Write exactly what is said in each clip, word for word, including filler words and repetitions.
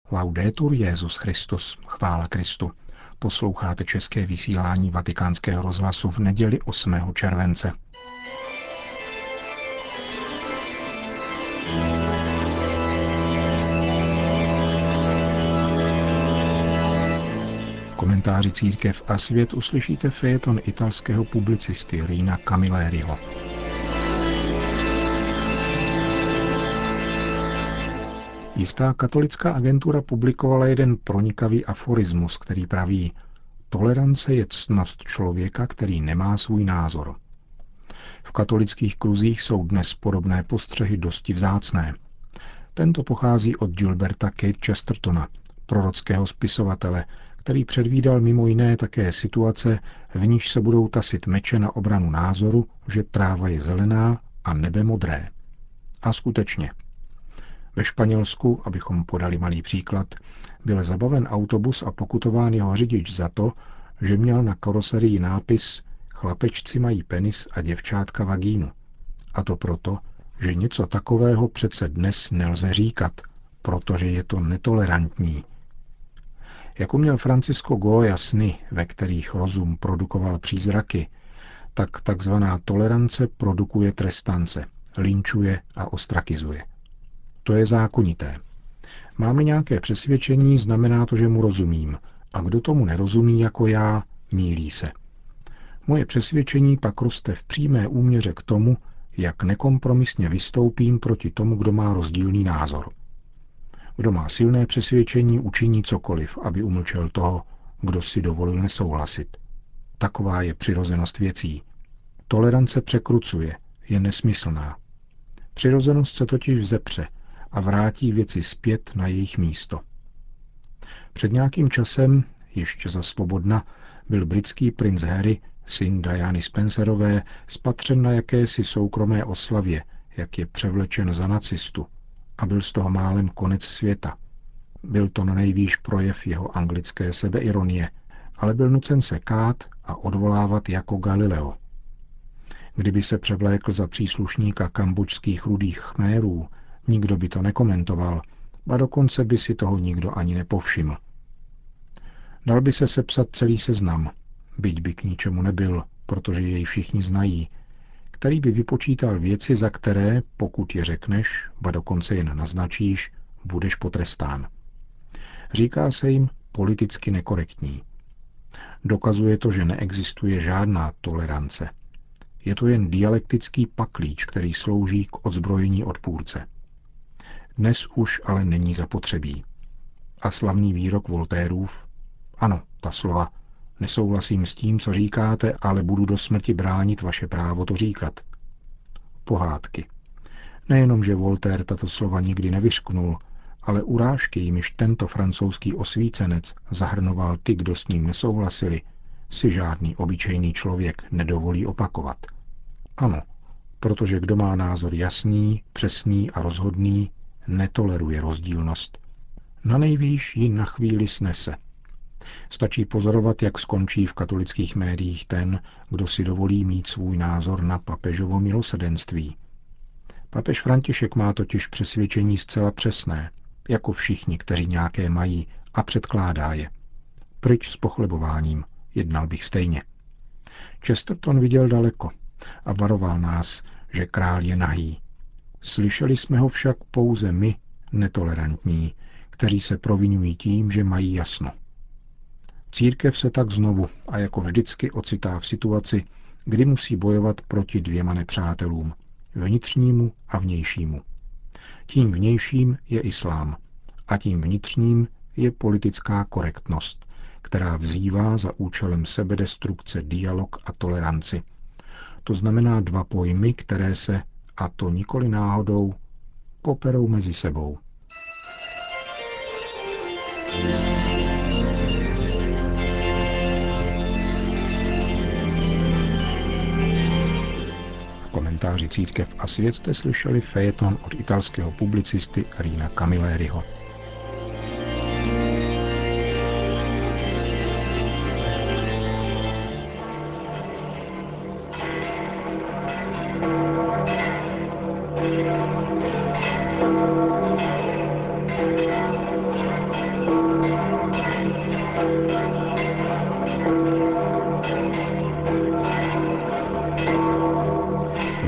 Laudetur Jesus Christus, chvála Kristu. Posloucháte české vysílání Vatikánského rozhlasu v neděli osmého července. V komentáři Církev a svět uslyšíte fejeton italského publicisty Rina Camilleriho. Jistá katolická agentura publikovala jeden pronikavý aforismus, který praví: tolerance je ctnost člověka, který nemá svůj názor. V katolických kruzích jsou dnes podobné postřehy dosti vzácné. Tento pochází od Gilberta Kate Chestertona, prorockého spisovatele, který předvídal mimo jiné také situace, v níž se budou tasit meče na obranu názoru, že tráva je zelená a nebe modré. A skutečně. Ve Španělsku, abychom podali malý příklad, byl zabaven autobus a pokutován jeho řidič za to, že měl na karoserii nápis Chlapečci mají penis a děvčátka vagínu. A to proto, že něco takového přece dnes nelze říkat, protože je to netolerantní. Jako měl Francisco Goya sny, ve kterých rozum produkoval přízraky, tak takzvaná tolerance produkuje trestance, linčuje a ostrakizuje. To je zákonité. Mám-li nějaké přesvědčení, znamená to, že mu rozumím. A kdo tomu nerozumí jako já, mýlí se. Moje přesvědčení pak roste v přímé úměře k tomu, jak nekompromisně vystoupím proti tomu, kdo má rozdílný názor. Kdo má silné přesvědčení, učiní cokoliv, aby umlčel toho, kdo si dovolil nesouhlasit. Taková je přirozenost věcí. Tolerance překrucuje, je nesmyslná. Přirozenost se totiž vzepře a vrátí věci zpět na jejich místo. Před nějakým časem, ještě za svobodna, byl britský princ Harry, syn Diany Spencerové, spatřen na jakési soukromé oslavě, jak je převlečen za nacistu, a byl z toho málem konec světa. Byl to nanejvýš projev jeho anglické sebeironie, ale byl nucen se kát a odvolávat jako Galileo. Kdyby se převlékl za příslušníka kambodžských rudých chmérů, nikdo by to nekomentoval, a dokonce by si toho nikdo ani nepovšiml. Dal by se sepsat celý seznam, byť by k ničemu nebyl, protože jej všichni znají, který by vypočítal věci, za které, pokud je řekneš, ba dokonce jen naznačíš, budeš potrestán. Říká se jim politicky nekorektní. Dokazuje to, že neexistuje žádná tolerance. Je to jen dialektický paklíč, který slouží k odzbrojení odpůrce. Dnes už ale není zapotřebí. A slavný výrok Voltairův: ano, ta slova, nesouhlasím s tím, co říkáte, ale budu do smrti bránit vaše právo to říkat. Pohádky. Nejenom, že Voltaire tato slova nikdy nevyřknul, ale urážky, jimiž tento francouzský osvícenec zahrnoval ty, kdo s ním nesouhlasili, si žádný obyčejný člověk nedovolí opakovat. Ano, protože kdo má názor jasný, přesný a rozhodný, netoleruje rozdílnost. Nanejvýš ji na chvíli snese. Stačí pozorovat, jak skončí v katolických médiích ten, kdo si dovolí mít svůj názor na papežovo milosrdenství. Papež František má totiž přesvědčení zcela přesné, jako všichni, kteří nějaké mají, a předkládá je. Pryč s pochlebováním, jednal bych stejně. Chesterton viděl daleko a varoval nás, že král je nahý. Slyšeli jsme ho však pouze my, netolerantní, kteří se provinují tím, že mají jasno. Církev se tak znovu a jako vždycky ocitá v situaci, kdy musí bojovat proti dvěma nepřátelům, vnitřnímu a vnějšímu. Tím vnějším je islám a tím vnitřním je politická korektnost, která vzývá za účelem sebedestrukce dialog a toleranci. To znamená dva pojmy, které se, a to nikoli náhodou, poperou mezi sebou. V komentáři Církev a svět jste slyšeli fejeton od italského publicisty Rina Camilleriho.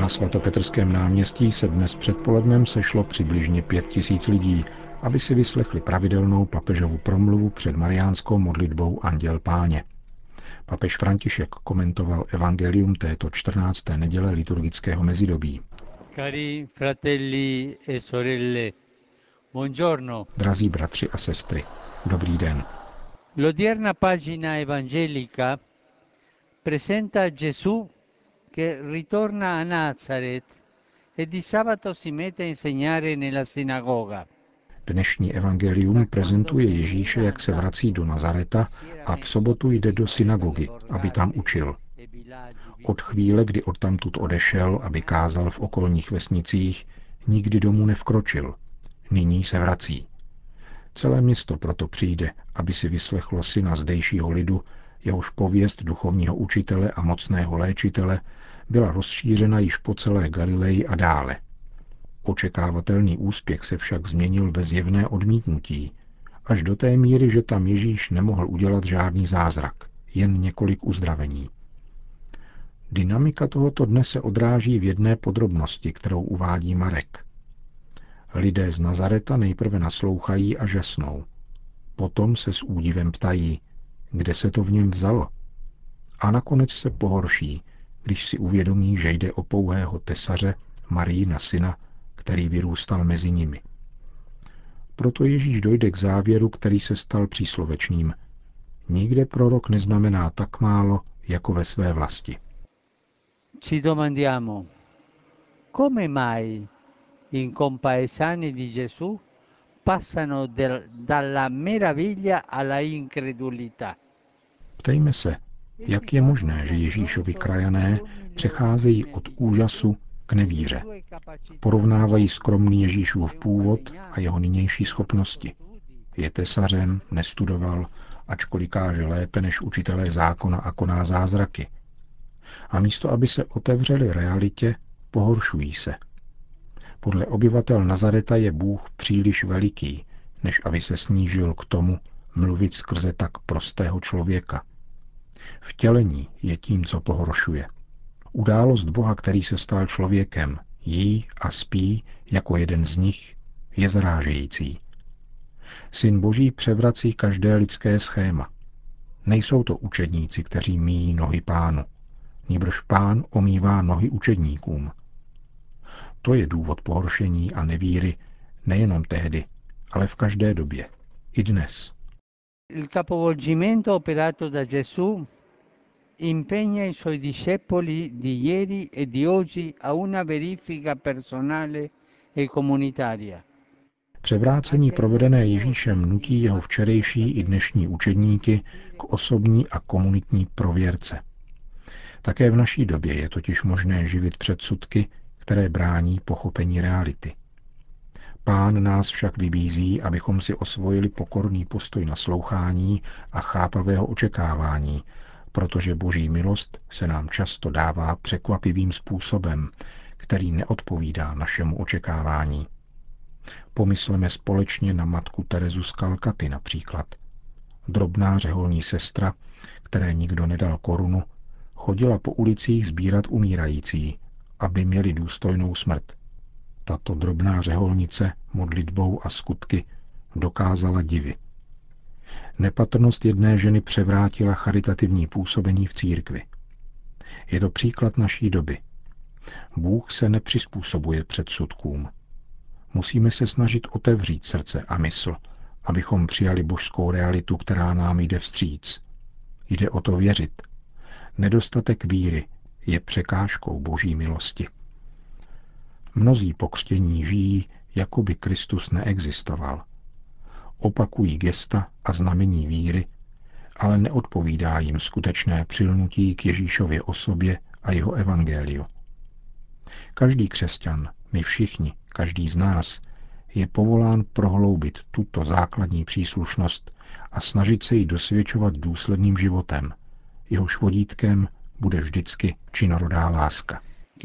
Na svatopetrském náměstí se dnes předpolednem sešlo přibližně pět tisíc lidí, aby si vyslechli pravidelnou papežovu promluvu před mariánskou modlitbou Anděl Páně. Papež František komentoval evangelium této čtrnácté neděle liturgického mezidobí. Cari fratelli e sorelle, buongiorno. Drazí bratři a sestry, dobrý den. L'odierna pagina evangelica presenta Gesù che ritorna a Nazareth e di sabato si mette a insegnare nella sinagoga. Dnešní evangelium prezentuje Ježíše, jak se vrací do Nazareta a v sobotu jde do synagogy, aby tam učil. Od chvíle, kdy odtamtud odešel, aby kázal v okolních vesnicích, nikdy domů nevkročil. Nyní se vrací. Celé město proto přijde, aby si vyslechlo syna zdejšího lidu, jehož pověst duchovního učitele a mocného léčitele byla rozšířena již po celé Galileji a dále. Očekávatelný úspěch se však změnil ve zjevné odmítnutí, až do té míry, že tam Ježíš nemohl udělat žádný zázrak, jen několik uzdravení. Dynamika tohoto dne se odráží v jedné podrobnosti, kterou uvádí Marek. Lidé z Nazareta nejprve naslouchají a žasnou. Potom se s údivem ptají, kde se to v něm vzalo. A nakonec se pohorší, když si uvědomí, že jde o pouhého tesaře, Marijina syna, který vyrůstal mezi nimi. Proto Ježíš dojde k závěru, který se stal příslovečným. Nikde prorok neznamená tak málo, jako ve své vlasti. Ci domandiamo, come mai i compaesani di Gesù passano del, dalla meraviglia alla incredulità? Ptejme se, jak je možné, že Ježíšovi krajané přecházejí od úžasu k nevíře. Porovnávají skromný Ježíšův původ a jeho nynější schopnosti. Je tesařem, nestudoval, ačkoliv káže lépe než učitelé zákona a koná zázraky. A místo, aby se otevřeli realitě, pohoršují se. Podle obyvatel Nazareta je Bůh příliš veliký, než aby se snížil k tomu mluvit skrze tak prostého člověka. Vtělení je tím, co pohoršuje. Událost Boha, který se stal člověkem, jí a spí jako jeden z nich, je zarážející. Syn Boží převrací každé lidské schéma. Nejsou to učedníci, kteří míjí nohy Pánu. Nýbrž Pán omývá nohy učedníkům. To je důvod pohoršení a nevíry nejenom tehdy, ale v každé době. I dnes. Il capovolgimento operato da Gesù impegna i suoi discepoli di ieri e di oggi a una verifica personale e comunitaria. Převrácení provedené Ježíšem nutí jeho včerejší i dnešní učedníky k osobní a komunitní prověrce. Také v naší době je totiž možné živit předsudky, které brání pochopení reality. Pán nás však vybízí, abychom si osvojili pokorný postoj naslouchání a chápavého očekávání, protože Boží milost se nám často dává překvapivým způsobem, který neodpovídá našemu očekávání. Pomysleme společně na matku Terezu z Kalkaty například. Drobná řeholní sestra, které nikdo nedal korunu, chodila po ulicích sbírat umírající, aby měli důstojnou smrt. Tato drobná řeholnice modlitbou a skutky dokázala divy. Nepatrnost jedné ženy převrátila charitativní působení v církvi. Je to příklad naší doby. Bůh se nepřizpůsobuje předsudkům. Musíme se snažit otevřít srdce a mysl, abychom přijali božskou realitu, která nám jde vstříc. Jde o to věřit. Nedostatek víry je překážkou Boží milosti. Mnozí pokřtění žijí, jako by Kristus neexistoval. Opakují gesta a znamení víry, ale neodpovídá jim skutečné přilnutí k Ježíšově osobě a jeho evangeliu. Každý křesťan, my všichni, každý z nás, je povolán prohloubit tuto základní příslušnost a snažit se ji dosvědčovat důsledným životem. Jehož vodítkem bude vždycky činorodá láska.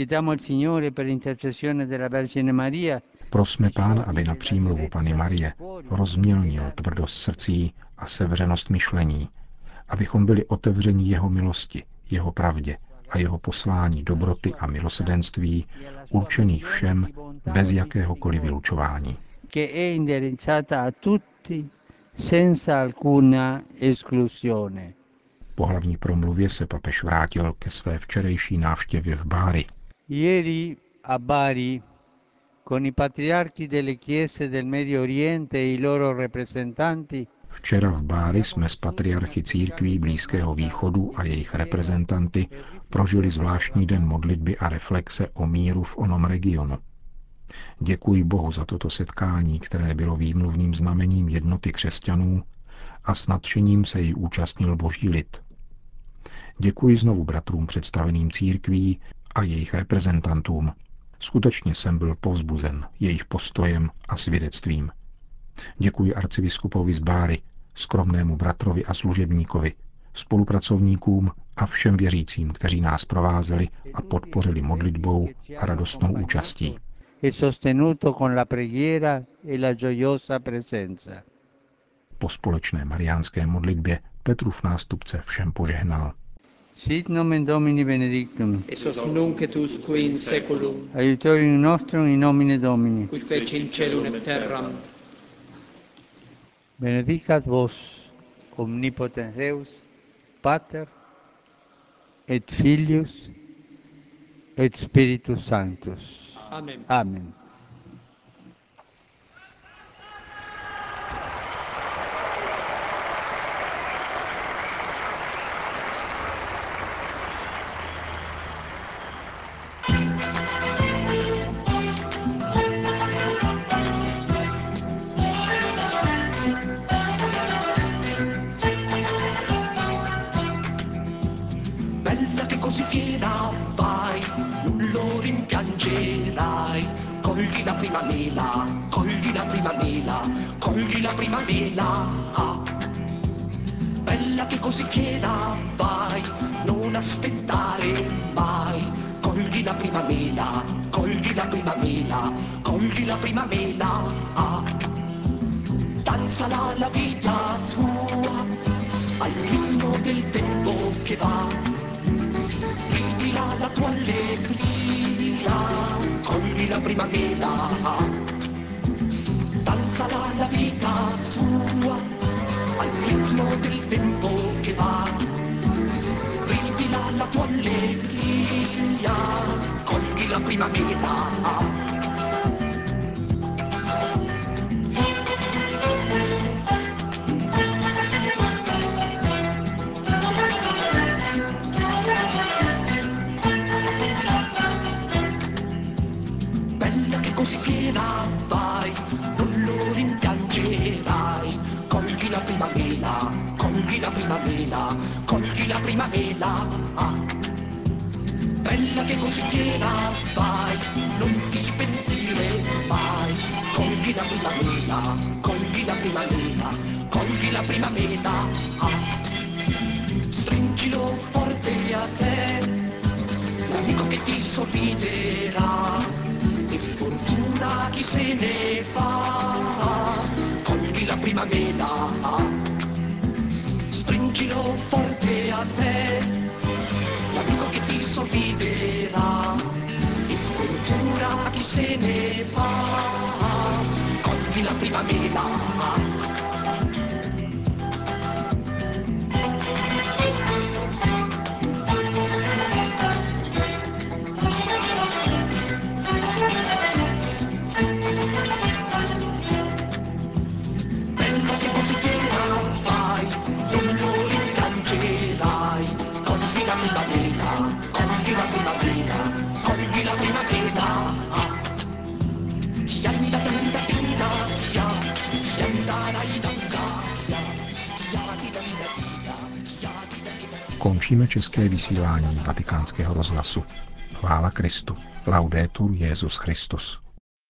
Prosme Pána, aby na přímluvu Panny Marie rozmělnil tvrdost srdcí a sevřenost myšlení, abychom byli otevřeni jeho milosti, jeho pravdě a jeho poslání dobroty a milosedenství určených všem bez jakéhokoliv vylučování. Che è indirizzata a tutti senza alcuna esclusione. Po hlavní promluvě se papež vrátil ke své včerejší návštěvě v Bari. Ieri a Bari, con i patriarchi delle chiese del Medio Oriente e i loro representanti, Včera v Bári jsme s patriarchy církví Blízkého východu a jejich reprezentanty prožili zvláštní den modlitby a reflexe o míru v onom regionu. Děkuji Bohu za toto setkání, které bylo výmluvným znamením jednoty křesťanů a s nadšením se jí účastnil boží lid. Děkuji znovu bratrům představeným církví a jejich reprezentantům. Skutečně jsem byl povzbuzen jejich postojem a svědectvím. Děkuji arcibiskupovi z Báry, skromnému bratrovi a služebníkovi, spolupracovníkům a všem věřícím, kteří nás provázeli a podpořili modlitbou a radostnou účastí. Po společné mariánské modlitbě Petrův nástupce všem požehnal. Sit nomen Domini benedictum. Esos nunc et usque in seculum. Aiutorium nostrum in nomine Domini. Qui feci in celum et terram. Benedicat vos, omnipotens Deus, Pater, et Filius, et Spiritus Sanctus. Amen. Amen. Bella che così fiera vai, non lo rimpiangerai. Cogli la prima mela, cogli la prima mela, cogli la prima mela. Ah. Bella che così fiera vai, non aspettare mai. Cogli la prima mela, cogli la prima mela, cogli la prima mela. Ah. Danzala la vita tua, al ritmo del tempo che va. Ridila la tua allegria, cogli la prima mela. Danzala la vita tua, al ritmo del tempo che va. Ridila la tua allegria, cogli la prima mela. Così piena vai, non lo rimpiangerai. Cogli la prima mela, cogli la prima mela, cogli la prima mela. Ah. Bella che così piena vai, non ti pentire mai. Cogli la prima mela, cogli la prima mela, cogli la prima mela. Ah. Stringilo forte a te, l'amico che ti sorriderà. Fortuna chi se ne fa, cogli la prima mela, stringilo forte a te, l'amico che ti sorriderà. E fortuna chi se ne fa, cogli la prima mela. Končíme české vysílání Vatikánského rozhlasu. Chvála Kristu. Laudetur Jesus Christus.